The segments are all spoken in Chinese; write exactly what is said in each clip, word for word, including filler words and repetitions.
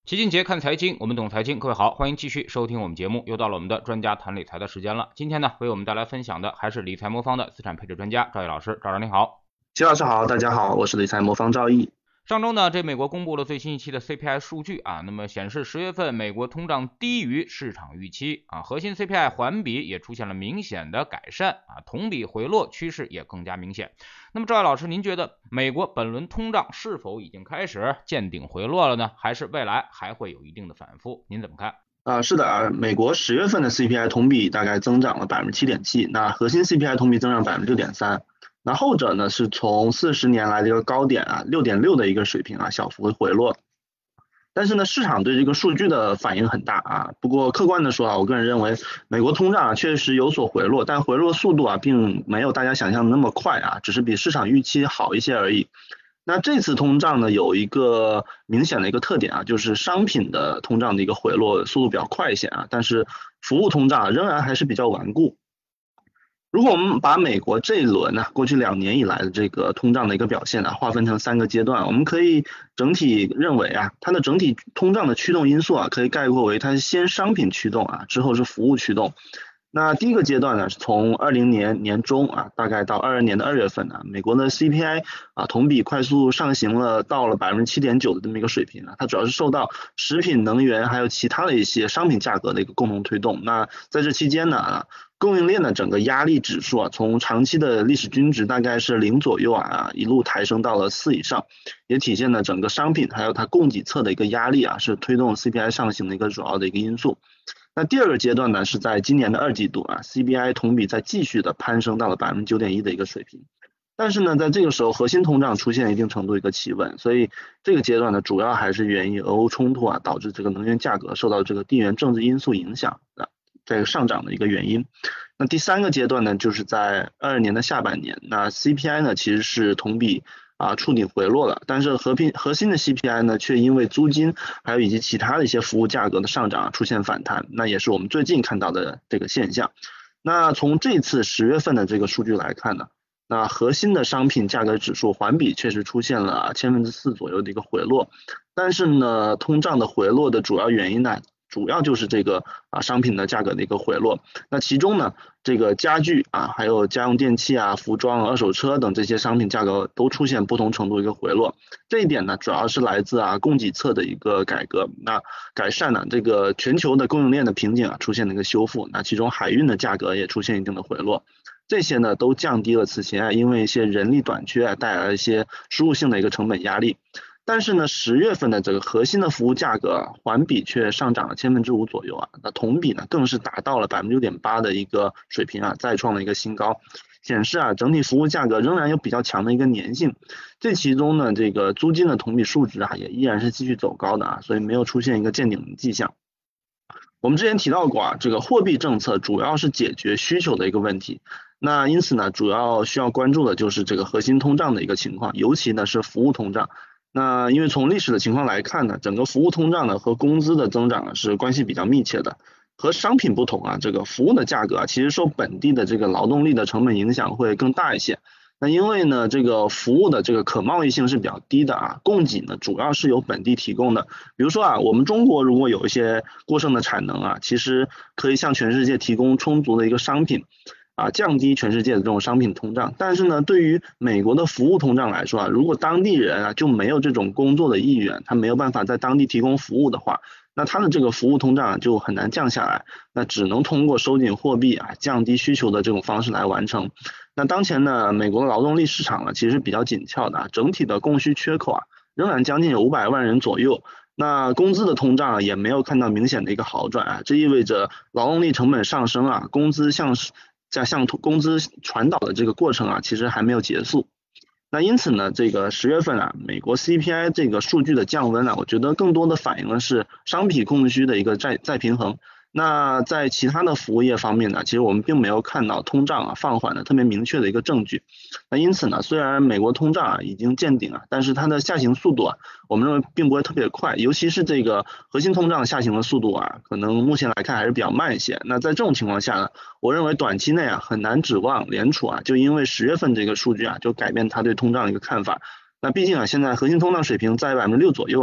齐俊杰看财经，我们懂财经。各位好，欢迎继续收听我们节目，又到了我们的专家谈理财的时间了。今天呢，为我们带来分享的还是理财魔方的资产配置专家赵毅老师。赵老师你好。 齐老师好，大家好，我是理财魔方赵毅。 上周呢，这美国公布了最新一期的 C P I 数据啊，那么显示十月份美国通胀低于市场预期啊，核心 C P I 环比也出现了明显的改善啊，同比回落趋势也更加明显。那么赵毅老师，您觉得美国本轮通胀是否已经开始见顶回落了呢？还是未来还会有一定的反复？您怎么看？ 啊，是的啊，美国十月份的 C P I 同比大概增长了百分之七点七，那核心 C P I 同比增长百分之六点三。那后者呢是从四十年来的一个高点啊六点六的一个水平啊小幅回落，但是呢市场对这个数据的反应很大啊。不过客观的说啊，我个人认为美国通胀啊确实有所回落，但回落速度啊并没有大家想象的那么快啊，只是比市场预期好一些而已。那这次通胀呢有一个明显的一个特点啊，就是商品的通胀的一个回落速度比较快一些啊，但是服务通胀仍然还是比较顽固。如果我们把美国这一轮呢，过去两年以来的这个通胀的一个表现啊，划分成三个阶段，我们可以整体认为啊，它的整体通胀的驱动因素啊，可以概括为它是先商品驱动啊，之后是服务驱动。那第一个阶段呢，是从二零年年中啊，大概到二二年的二月份呢，美国的 C P I 啊同比快速上行了，到了百分之七点九的这么一个水平啊，它主要是受到食品、能源还有其他的一些商品价格的一个共同推动。那在这期间呢啊，供应链的整个压力指数啊，从长期的历史均值大概是零左右啊，一路抬升到了四以上，也体现了整个商品还有它供给侧的一个压力啊，是推动 C P I 上行的一个主要的一个因素。那第二个阶段呢，是在今年的二季度啊 ，C P I 同比再继续的攀升到了百分之九点一的一个水平。但是呢，在这个时候核心通胀出现一定程度一个企稳，所以这个阶段呢，主要还是源于俄欧冲突啊，导致这个能源价格受到这个地缘政治因素影响的这个上涨的一个原因。那第三个阶段呢，就是在二二年的下半年，那 C P I 呢其实是同比啊触底回落了，但是核心核心的 C P I 呢却因为租金还有以及其他的一些服务价格的上涨出现反弹，那也是我们最近看到的这个现象。那从这次十月份的这个数据来看呢，那核心的商品价格指数环比确实出现了千分之四左右的一个回落，但是呢通胀的回落的主要原因呢，主要就是这个啊商品的价格的一个回落。那其中呢，这个家具啊，还有家用电器啊、服装、二手车等这些商品价格都出现不同程度的一个回落。这一点呢，主要是来自啊供给侧的一个改革，那改善呢，这个全球的供应链的瓶颈啊出现了一个修复。那其中海运的价格也出现一定的回落。这些呢都降低了此前啊因为一些人力短缺啊带来了一些输入性的一个成本压力。但是呢，十月份的这个核心的服务价格环比却上涨了千分之五左右啊，那同比呢更是达到了百分之六点八的一个水平啊，再创了一个新高，显示啊整体服务价格仍然有比较强的一个粘性。这其中呢，这个租金的同比数值啊也依然是继续走高的啊，所以没有出现一个见顶的迹象。我们之前提到过啊，这个货币政策主要是解决需求的一个问题，那因此呢，主要需要关注的就是这个核心通胀的一个情况，尤其呢是服务通胀。那因为从历史的情况来看呢，整个服务通胀呢和工资的增长是关系比较密切的。和商品不同啊，这个服务的价格啊，其实受本地的这个劳动力的成本影响会更大一些。那因为呢，这个服务的这个可贸易性是比较低的啊，供给呢主要是由本地提供的。比如说啊，我们中国如果有一些过剩的产能啊，其实可以向全世界提供充足的一个商品。啊，降低全世界的这种商品通胀。但是呢，对于美国的服务通胀来说啊，如果当地人啊就没有这种工作的意愿，他没有办法在当地提供服务的话，那他的这个服务通胀啊就很难降下来，那只能通过收紧货币啊，降低需求的这种方式来完成。那当前呢，美国的劳动力市场呢其实比较紧俏的啊，整体的供需缺口啊仍然将近有五百万人左右。那工资的通胀也没有看到明显的一个好转啊，这意味着劳动力成本上升啊，工资向在向工资传导的这个过程啊，其实还没有结束。那因此呢，这个十月份啊，美国 C P I 这个数据的降温啊，我觉得更多的反映的是商品供需的一个再再平衡。那在其他的服务业方面呢，其实我们并没有看到通胀啊放缓的特别明确的一个证据。那因此呢，虽然美国通胀啊已经见顶啊，但是它的下行速度啊，我们认为并不会特别快，尤其是这个核心通胀下行的速度啊，可能目前来看还是比较慢一些。那在这种情况下呢，我认为短期内啊很难指望联储啊就因为十月份这个数据啊就改变它对通胀的一个看法。那毕竟啊现在核心通胀水平在百分之六左右啊。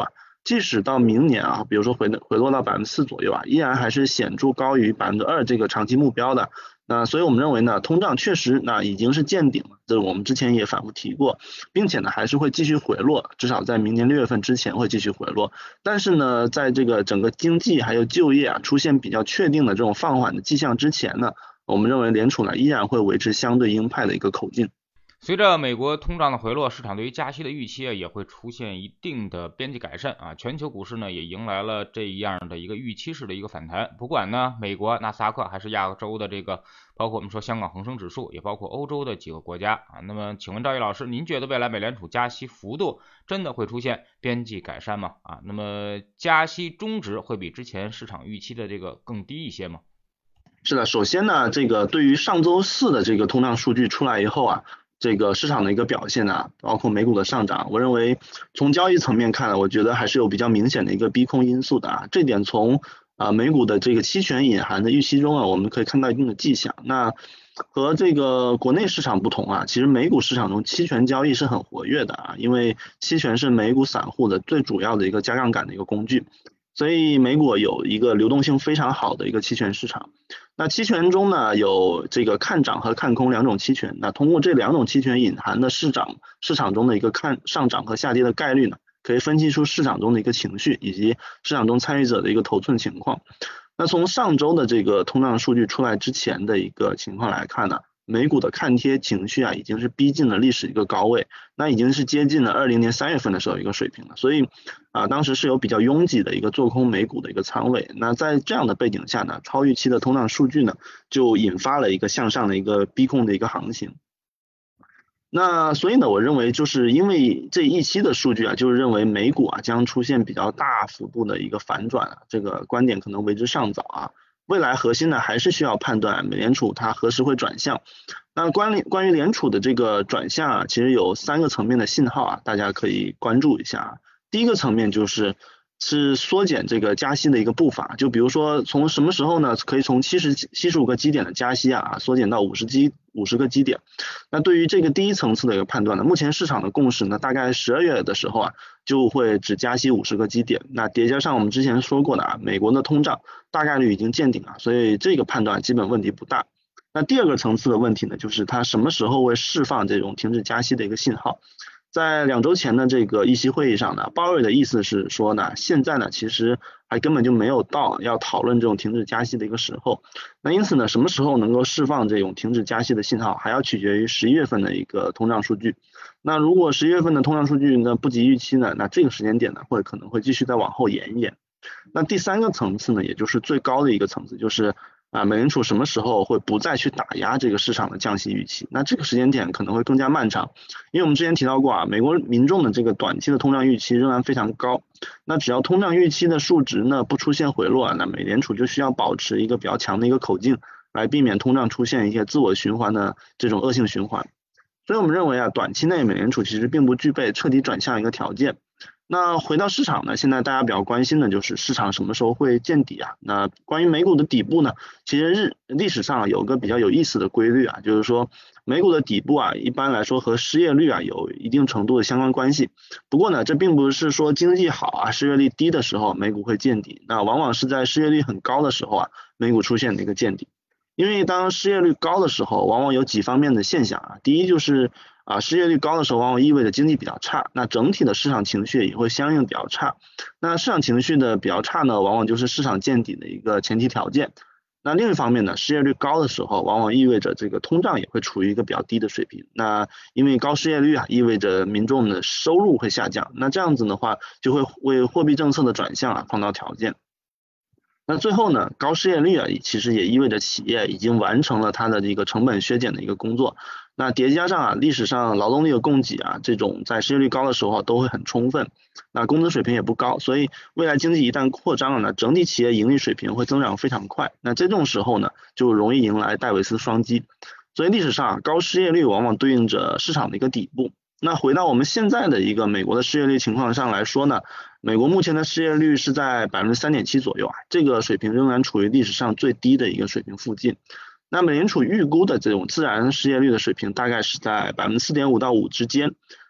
即使到明年啊，比如说回回落到百分之四左右啊，依然还是显著高于百分之二这个长期目标的。那所以我们认为呢，通胀确实那已经是见顶了，这我们之前也反复提过，并且呢还是会继续回落，至少在明年六月份之前会继续回落。但是呢，在这个整个经济还有就业啊出现比较确定的这种放缓的迹象之前呢，我们认为联储呢依然会维持相对鹰派的一个口径。 随着美国通胀的回落，市场对于加息的预期啊也会出现一定的边际改善啊，全球股市呢也迎来了这样的一个预期式的一个反弹。不管呢美国纳斯达克还是亚洲的这个，包括我们说香港恒生指数，也包括欧洲的几个国家啊。那么请问赵毅老师，您觉得未来美联储加息幅度真的会出现边际改善吗？啊，那么加息中值会比之前市场预期的这个更低一些吗？ 是的，首先呢，这个对于上周四的这个通胀数据出来以后啊，这个市场的一个表现呢，包括美股的上涨，我认为从交易层面看，我觉得还是有比较明显的一个逼空因素的啊。这点从啊美股的这个期权隐含的预期中啊，我们可以看到一定的迹象。那和这个国内市场不同啊，其实美股市场中期权交易是很活跃的啊，因为期权是美股散户的最主要的一个加杠杆的一个工具。所以美股有一个流动性非常好的一个期权市场。那期权中呢有这个看涨和看空两种期权，那通过这两种期权隐含的市场市场中的一个看上涨和下跌的概率呢，可以分析出市场中的一个情绪以及市场中参与者的一个头寸情况。那从上周的这个通胀数据出来之前的一个情况来看呢，美股的看贴情绪啊已经是逼近了历史一个高位，那已经是接近了二零年三月份的时候一个水平了，所以啊当时是有比较拥挤的一个做空美股的一个仓位。那在这样的背景下呢，超预期的通胀数据呢就引发了一个向上的一个逼空的一个行情。那所以呢，我认为就是因为这一期的数据啊，就是认为美股啊将出现比较大幅度的一个反转啊，这个观点可能为之尚早啊。未来核心呢还是需要判断美联储它何时会转向。那关于关于联储的这个转向啊，其实有三个层面的信号啊，大家可以关注一下啊。第一个层面就是是缩减这个加息的一个步伐，就比如说从什么时候呢？可以从七十七十五个基点的加息啊，缩减到五十基五十个基点。那对于这个第一层次的一个判断呢，目前市场的共识呢，大概十二月的时候啊，就会只加息五十个基点。那叠加上我们之前说过的啊，美国的通胀大概率已经见顶了，所以这个判断基本问题不大。那第二个层次的问题呢，就是它什么时候会释放这种停止加息的一个信号。在两周前的这个议息会议上呢，鲍威尔的意思是说呢，现在呢其实还根本就没有到要讨论这种停止加息的一个时候。那因此呢，什么时候能够释放这种停止加息的信号，还要取决于十一月份的一个通胀数据。那如果十一月份的通胀数据呢不及预期呢，那这个时间点呢会可能会继续再往后延一延。那第三个层次呢，也就是最高的一个层次，就是啊，美联储什么时候会不再去打压这个市场的降息预期？那这个时间点可能会更加漫长，因为我们之前提到过啊，美国民众的这个短期的通胀预期仍然非常高。那只要通胀预期的数值呢不出现回落，那美联储就需要保持一个比较强的一个口径，来避免通胀出现一些自我循环的这种恶性循环。所以我们认为啊，短期内美联储其实并不具备彻底转向一个条件。那回到市场呢，现在大家比较关心的就是市场什么时候会见底啊？那关于美股的底部呢，其实日历史上有个比较有意思的规律啊，就是说美股的底部啊，一般来说和失业率啊有一定程度的相关关系。不过呢，这并不是说经济好啊，失业率低的时候美股会见底，那往往是在失业率很高的时候啊，美股出现的一个见底。因为当失业率高的时候，往往有几方面的现象啊。第一就是啊，失业率高的时候，往往意味着经济比较差，那整体的市场情绪也会相应比较差。那市场情绪的比较差呢，往往就是市场见底的一个前提条件。那另一方面呢，失业率高的时候，往往意味着这个通胀也会处于一个比较低的水平。那因为高失业率啊，意味着民众的收入会下降，那这样子的话，就会为货币政策的转向啊创造条件。那最后呢，高失业率啊，其实也意味着企业已经完成了它的一个成本削减的一个工作。那叠加上啊，历史上劳动力的供给啊，这种在失业率高的时候都会很充分，那工资水平也不高，所以未来经济一旦扩张了呢，整体企业盈利水平会增长非常快。那这种时候呢，就容易迎来戴维斯双击。所以历史上啊，高失业率往往对应着市场的一个底部。那回到我们现在的一个美国的失业率情况上来说呢，美国目前的失业率是在 百分之三点七 左右啊，这个水平仍然处于历史上最低的一个水平附近。那美联储预估的这种自然失业率的水平大概是在 百分之四点五 到五之间。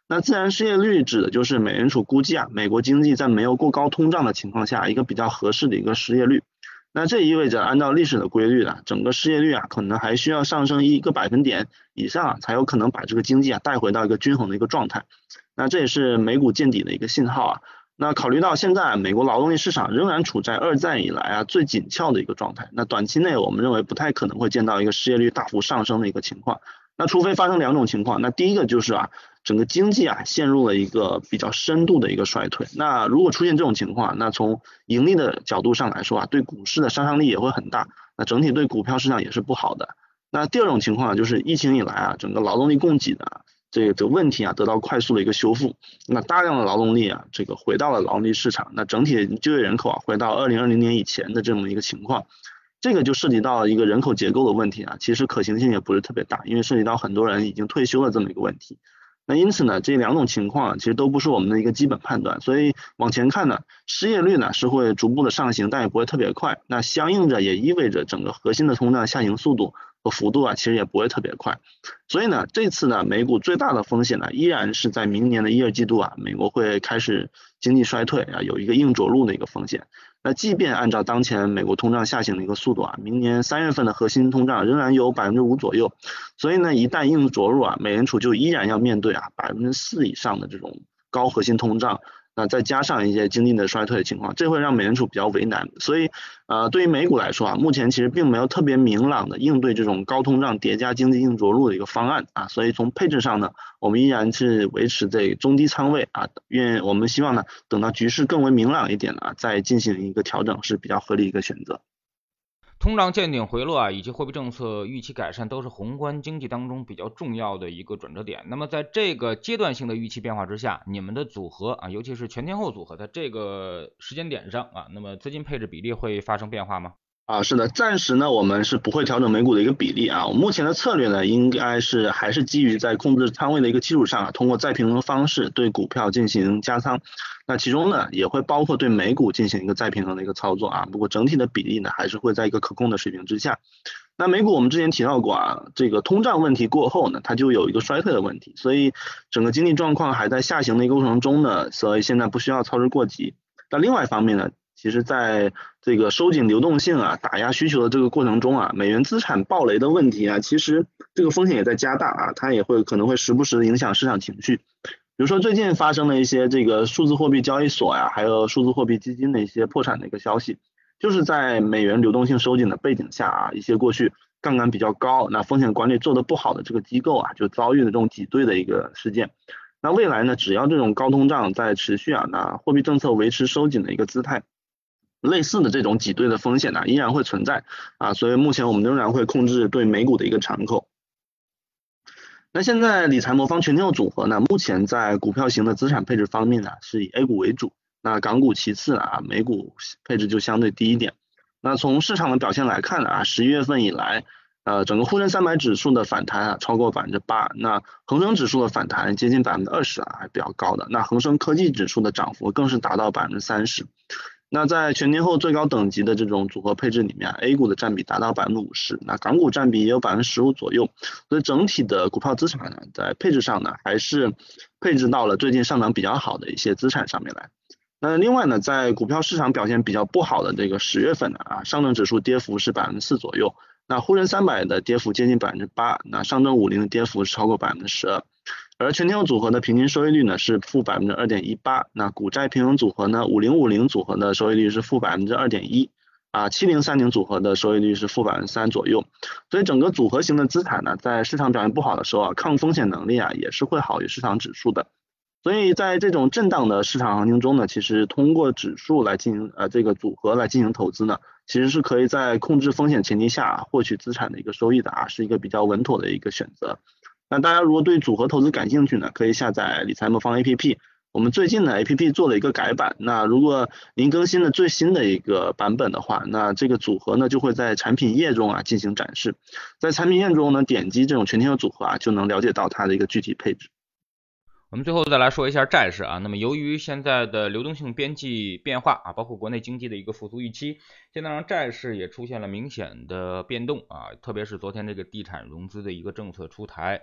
那自然失业率指的就是美联储估计啊，美国经济在没有过高通胀的情况下，一个比较合适的一个失业率。那这意味着按照历史的规律啊，整个失业率啊可能还需要上升一个百分点以上啊，才有可能把这个经济啊带回到一个均衡的一个状态。那这也是美股见底的一个信号啊。那考虑到现在美国劳动力市场仍然处在二战以来啊最紧俏的一个状态，那短期内我们认为不太可能会见到一个失业率大幅上升的一个情况。那除非发生两种情况，那第一个就是啊，整个经济啊陷入了一个比较深度的一个衰退。那如果出现这种情况，那从盈利的角度上来说啊，对股市的杀伤力也会很大，那整体对股票市场也是不好的。那第二种情况就是疫情以来啊，整个劳动力供给的这个这个问题啊得到快速的一个修复，那大量的劳动力啊这个回到了劳动力市场，那整体就业人口啊回到二零二零年以前的这么一个情况。这个就涉及到一个人口结构的问题啊，其实可行性也不是特别大，因为涉及到很多人已经退休了这么一个问题。那因此呢，这两种情况其实都不是我们的一个基本判断，所以往前看呢，失业率呢是会逐步的上行，但也不会特别快。那相应着也意味着整个核心的通胀下行速度和幅度啊，其实也不会特别快。所以呢，这次呢，美股最大的风险呢，依然是在明年的一二季度啊，美国会开始经济衰退啊，有一个硬着陆的一个风险。那即便按照当前美国通胀下行的一个速度啊，明年三月份的核心通胀仍然有百分之五左右，所以呢，一旦硬着陆啊，美联储就依然要面对啊百分之四以上的这种高核心通胀，那再加上一些经济的衰退的情况，这会让美联储比较为难。所以呃，对于美股来说啊，目前其实并没有特别明朗的应对这种高通胀叠加经济硬着陆的一个方案啊，所以从配置上呢，我们依然是维持这中低仓位啊，愿我们希望呢，等到局势更为明朗一点啊，再进行一个调整是比较合理一个选择。 通胀见顶回落啊，以及货币政策预期改善都是宏观经济当中比较重要的一个转折点。那么在这个阶段性的预期变化之下，你们的组合啊，尤其是全天候组合，在这个时间点上啊，那么资金配置比例会发生变化吗？ 啊，是的，暂时呢，我们是不会调整美股的一个比例啊。我目前的策略呢，应该是还是基于在控制仓位的一个基础上啊，通过再平衡方式对股票进行加仓。那其中呢，也会包括对美股进行一个再平衡的一个操作啊。不过整体的比例呢，还是会在一个可控的水平之下。那美股我们之前提到过啊，这个通胀问题过后呢，它就有一个衰退的问题，所以整个经济状况还在下行的一个过程中呢，所以现在不需要操之过急。那另外一方面呢，其实在这个收紧流动性啊、打压需求的这个过程中啊，美元资产暴雷的问题啊，其实这个风险也在加大啊，它也会可能会时不时的影响市场情绪。比如说最近发生的一些这个数字货币交易所呀、啊，还有数字货币基金的一些破产的一个消息，就是在美元流动性收紧的背景下啊，一些过去杠杆比较高、那风险管理做得不好的这个机构啊，就遭遇了这种挤兑的一个事件。那未来呢，只要这种高通胀在持续啊，那货币政策维持收紧的一个姿态，类似的这种挤兑的风险呢，依然会存在啊，所以目前我们仍然会控制对美股的一个敞口。那现在理财魔方全天候组合呢，目前在股票型的资产配置方面呢，是以 A 股为主，那港股其次啊，美股配置就相对低一点。那从市场的表现来看啊，十一月份以来，呃，整个沪深三百指数的反弹啊，超过百分之八，那恒生指数的反弹接近百分之二十啊，还比较高的。那恒生科技指数的涨幅更是达到百分之三十。那在全天候最高等级的这种组合配置里面 ，A 股的占比达到百分之五十，那港股占比也有百分之十五左右，所以整体的股票资产呢，在配置上呢，还是配置到了最近上涨比较好的一些资产上面来。那另外呢，在股票市场表现比较不好的这个十月份呢，啊，上证指数跌幅是百分之四左右，那沪深三百的跌幅接近百分之八，那上证五零的跌幅是超过百分之十二。而全天候组合的平均收益率呢是负百分之二点一八，那股债平衡组合呢，五零五零组合的收益率是负百分之二点一，啊，七零三零组合的收益率是负百分之三左右，所以整个组合型的资产呢，在市场表现不好的时候啊，抗风险能力啊也是会好于市场指数的。所以在这种震荡的市场行情中呢，其实通过指数来进行呃这个组合来进行投资呢，其实是可以在控制风险前提下获取资产的一个收益的啊，是一个比较稳妥的一个选择。那大家如果对组合投资感兴趣呢，可以下载理财魔方 A P P。我们最近呢 A P P 做了一个改版，那如果您更新了最新的一个版本的话，那这个组合呢就会在产品页中啊进行展示。在产品页中呢，点击这种全天候组合啊，就能了解到它的一个具体配置。 我们最后再来说一下债市啊，那么由于现在的流动性边际变化啊，包括国内经济的一个复苏预期，现在让债市也出现了明显的变动啊，特别是昨天这个地产融资的一个政策出台。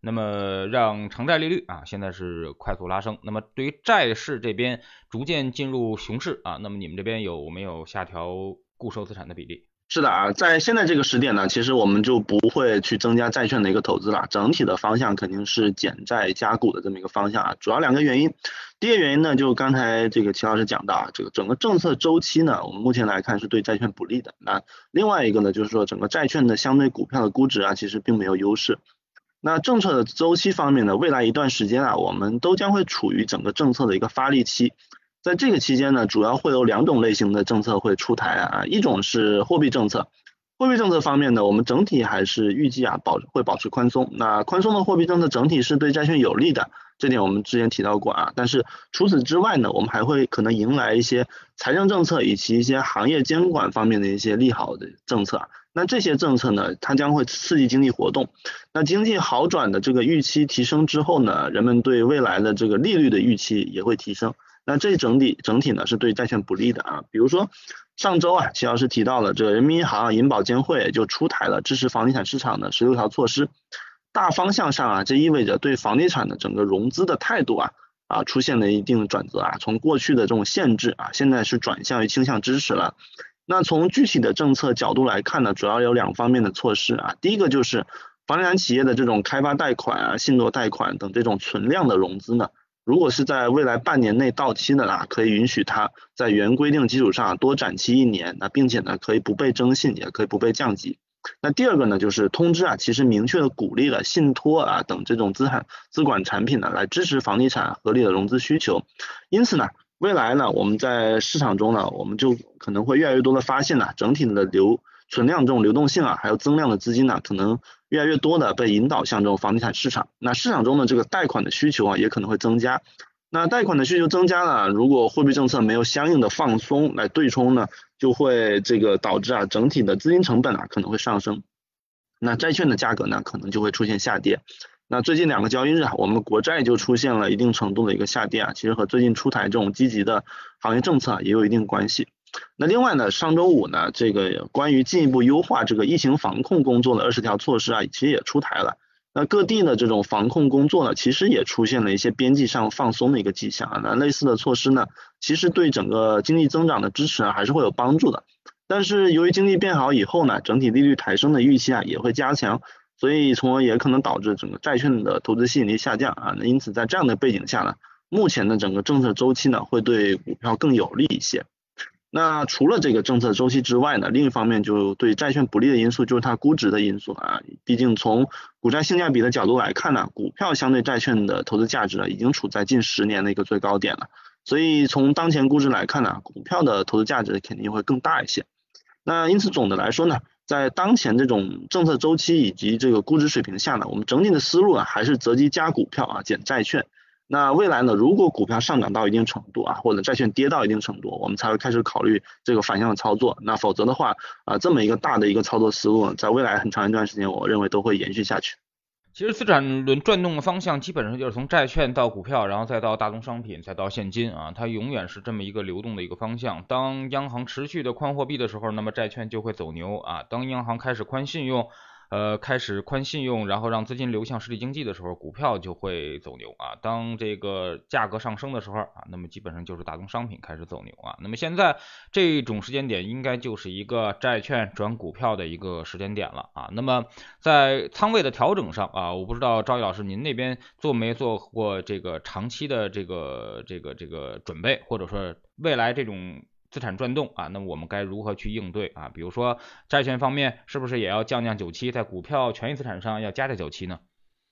那么让偿债利率啊现在是快速拉升。那么对于债市这边逐渐进入熊市啊，那么你们这边有没有下调固收资产的比例？ 是的啊，在现在这个时点呢，其实我们就不会去增加债券的一个投资了，整体的方向肯定是减债加股的这么一个方向啊。主要两个原因，第一个原因呢，就刚才这个齐老师讲到啊，这个整个政策周期呢，我们目前来看是对债券不利的。那另外一个呢，就是说整个债券的相对股票的估值啊，其实并没有优势。那政策的周期方面呢，未来一段时间啊，我们都将会处于整个政策的一个发力期。在这个期间呢，主要会有两种类型的政策会出台啊，一种是货币政策，货币政策方面呢，我们整体还是预计啊保会保持宽松，那宽松的货币政策整体是对债券有利的，这点我们之前提到过啊，但是除此之外呢，我们还会可能迎来一些财政政策以及一些行业监管方面的一些利好的政策，那这些政策呢，它将会刺激经济活动，那经济好转的这个预期提升之后呢，人们对未来的这个利率的预期也会提升。那这整体整体呢是对债券不利的啊，比如说上周啊，齐老师提到了这个人民银行、银保监会就出台了支持房地产市场的十六条措施，大方向上啊，这意味着对房地产的整个融资的态度啊啊出现了一定的转折啊，从过去的这种限制啊，现在是转向于倾向支持了。那从具体的政策角度来看呢，主要有两方面的措施啊，第一个就是房地产企业的这种开发贷款啊、信托贷款等这种存量的融资呢，如果是在未来半年内到期的啊，可以允许它在原规定基础上多展期一年，那并且呢可以不被征信，也可以不被降级。那第二个呢，就是通知啊，其实明确的鼓励了信托啊等这种资产资管产品呢，来支持房地产合理的融资需求。因此呢，未来呢，我们在市场中呢，我们就可能会越来越多的发现呢，整体的流存量这种流动性啊，还有增量的资金呢，可能越来越多的被引导向这种房地产市场。那市场中的这个贷款的需求啊，也可能会增加。那贷款的需求增加了，如果货币政策没有相应的放松来对冲呢，就会这个导致啊整体的资金成本啊可能会上升。那债券的价格呢可能就会出现下跌。那最近两个交易日啊，我们国债就出现了一定程度的一个下跌啊，其实和最近出台这种积极的行业政策啊也有一定关系。那另外呢，上周五呢，这个关于进一步优化这个疫情防控工作的二十条措施啊，其实也出台了。那各地的这种防控工作呢，其实也出现了一些边际上放松的一个迹象啊。那类似的措施呢，其实对整个经济增长的支持啊，还是会有帮助的。但是由于经济变好以后呢，整体利率抬升的预期啊也会加强，所以从而也可能导致整个债券的投资吸引力下降啊。那因此在这样的背景下呢，目前的整个政策周期呢，会对股票更有利一些。那除了这个政策周期之外呢，另一方面就对债券不利的因素就是它估值的因素啊。毕竟从股债性价比的角度来看呢，股票相对债券的投资价值呢，已经处在近十年的一个最高点了。所以从当前估值来看呢，股票的投资价值肯定会更大一些。那因此总的来说呢，在当前这种政策周期以及这个估值水平下呢，我们整体的思路啊，还是择机加股票啊，减债券。那未来呢，如果股票上涨到一定程度啊，或者债券跌到一定程度，我们才会开始考虑这个反向的操作。那否则的话啊，这么一个大的一个操作思路，在未来很长一段时间，我认为都会延续下去。 其实资产轮转动的方向基本上就是从债券到股票，然后再到大宗商品，再到现金啊，它永远是这么一个流动的一个方向。当央行持续的宽货币的时候，那么债券就会走牛啊。当央行开始宽信用，呃，开始宽信用，然后让资金流向实体经济的时候，股票就会走牛啊。当这个价格上升的时候啊，那么基本上就是大宗商品开始走牛啊。那么现在这种时间点应该就是一个债券转股票的一个时间点了啊。那么在仓位的调整上啊，我不知道赵毅老师您那边做没做过这个长期的这个这个这个准备，或者说未来这种资产转动啊，那么我们该如何去应对啊？比如说债券方面是不是也要降降久期，在股票权益资产上要加加久期呢？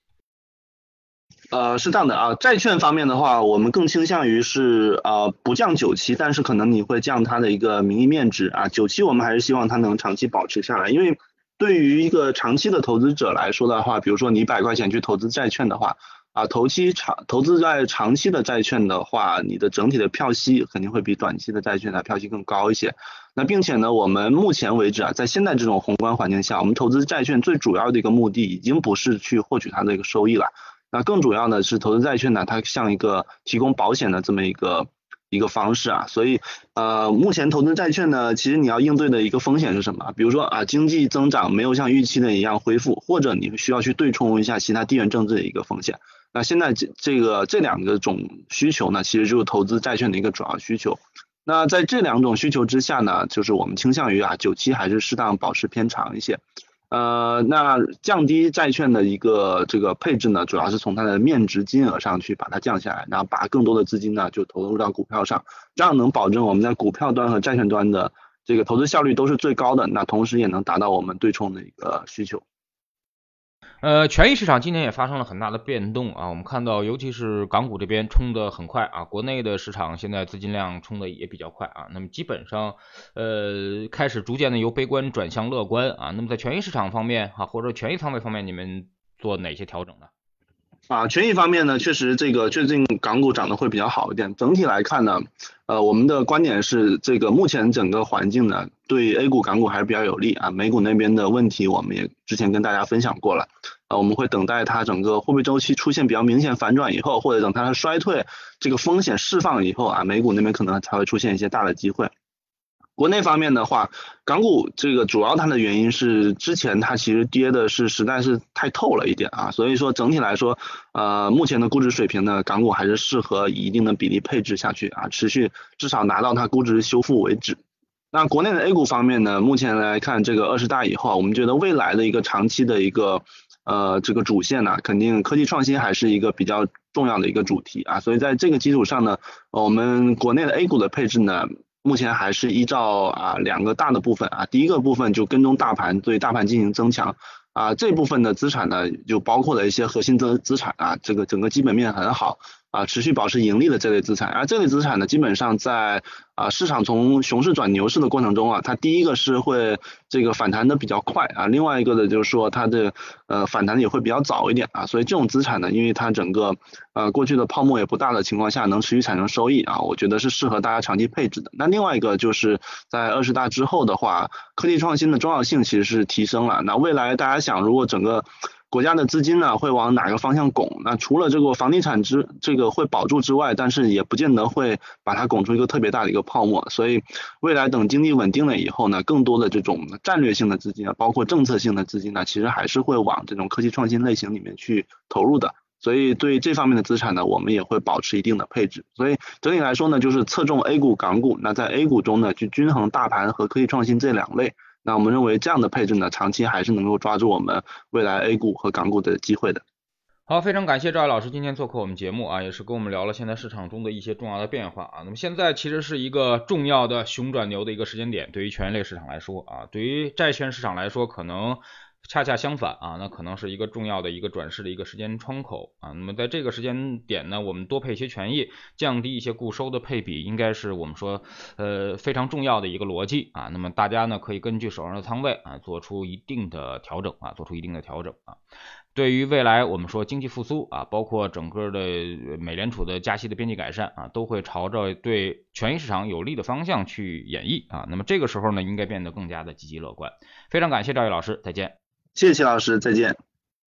呃，是这样的啊，债券方面的话，我们更倾向于是呃不降久期，但是可能你会降它的一个名义面值啊，久期我们还是希望它能长期保持下来，因为对于一个长期的投资者来说的话，比如说你一百块钱去投资债券的话啊，投期长投资在长期的债券的话，你的整体的票息肯定会比短期的债券的票息更高一些。那并且呢，我们目前为止啊，在现在这种宏观环境下，我们投资债券最主要的一个目的已经不是去获取它的一个收益了。那更主要的是投资债券呢，它像一个提供保险的这么一个一个方式啊，所以呃，目前投资债券呢，其实你要应对的一个风险是什么？比如说啊，经济增长没有像预期的一样恢复，或者你需要去对冲一下其他地缘政治的一个风险。那现在这这个这两个种需求呢，其实就是投资债券的一个主要需求。那在这两种需求之下呢，就是我们倾向于啊，久期还是适当保持偏长一些。呃，那降低债券的一个这个配置呢，主要是从它的面值金额上去把它降下来，然后把更多的资金呢就投入到股票上，这样能保证我们在股票端和债券端的这个投资效率都是最高的，那同时也能达到我们对冲的一个需求。 呃，权益市场今年也发生了很大的变动啊，我们看到尤其是港股这边冲得很快啊，国内的市场现在资金量冲得也比较快啊，那么基本上呃开始逐渐的由悲观转向乐观啊，那么在权益市场方面啊，或者权益仓位方面，你们做哪些调整呢？ 啊，权益方面呢，确实这个最近港股涨得会比较好一点。整体来看呢，呃，我们的观点是，这个目前整个环境呢，对 A 股、港股还是比较有利啊。美股那边的问题，我们也之前跟大家分享过了，呃，我们会等待它整个货币周期出现比较明显反转以后，或者等它的衰退这个风险释放以后啊，美股那边可能才会出现一些大的机会。国内方面的话，港股这个主要它的原因是之前它其实跌的是实在是太透了一点啊，所以说整体来说，呃，目前的估值水平呢，港股还是适合以一定的比例配置下去啊，持续至少拿到它估值修复为止。那国内的 A 股方面呢，目前来看这个二十大以后，我们觉得未来的一个长期的一个呃这个主线呢，肯定科技创新还是一个比较重要的一个主题啊，所以在这个基础上呢，我们国内的 A 股的配置呢，目前还是依照啊两个大的部分啊，第一个部分就跟踪大盘，对大盘进行增强啊，这部分的资产呢就包括了一些核心资资产啊，这个整个基本面很好啊，持续保持盈利的这类资产，而这类资产呢，基本上在啊市场从熊市转牛市的过程中啊，它第一个是会这个反弹的比较快啊，另外一个呢就是说它的呃反弹也会比较早一点啊，所以这种资产呢，因为它整个呃过去的泡沫也不大的情况下，能持续产生收益啊，我觉得是适合大家长期配置的。那另外一个就是在二十大之后的话，科技创新的重要性其实是提升了。那未来大家想，如果整个国家的资金呢会往哪个方向拱？那除了这个房地产之这个会保住之外，但是也不见得会把它拱出一个特别大的一个泡沫。所以未来等经济稳定了以后呢，更多的这种战略性的资金啊，包括政策性的资金呢，其实还是会往这种科技创新类型里面去投入的。所以对这方面的资产呢，我们也会保持一定的配置。所以整体来说呢，就是侧重 A 股、港股。那在 A 股中呢，去均衡大盘和科技创新这两类。那我们认为这样的配置呢，长期还是能够抓住我们未来 A 股和港股的机会的。 好，非常感谢赵毅老师今天做客我们节目啊，也是跟我们聊了现在市场中的一些重要的变化啊。那么现在其实是一个重要的熊转牛的一个时间点，对于权益类市场来说啊，对于债券市场来说可能恰恰相反啊，那可能是一个重要的一个转势的一个时间窗口啊。那么在这个时间点呢，我们多配一些权益，降低一些固收的配比，应该是我们说呃非常重要的一个逻辑啊。那么大家呢可以根据手上的仓位啊做出一定的调整啊，做出一定的调整啊。对于未来我们说经济复苏啊，包括整个的美联储的加息的边际改善啊，都会朝着对权益市场有利的方向去演绎啊。那么这个时候呢，应该变得更加的积极乐观。非常感谢赵毅老师，再见。 谢谢齐老师，再见。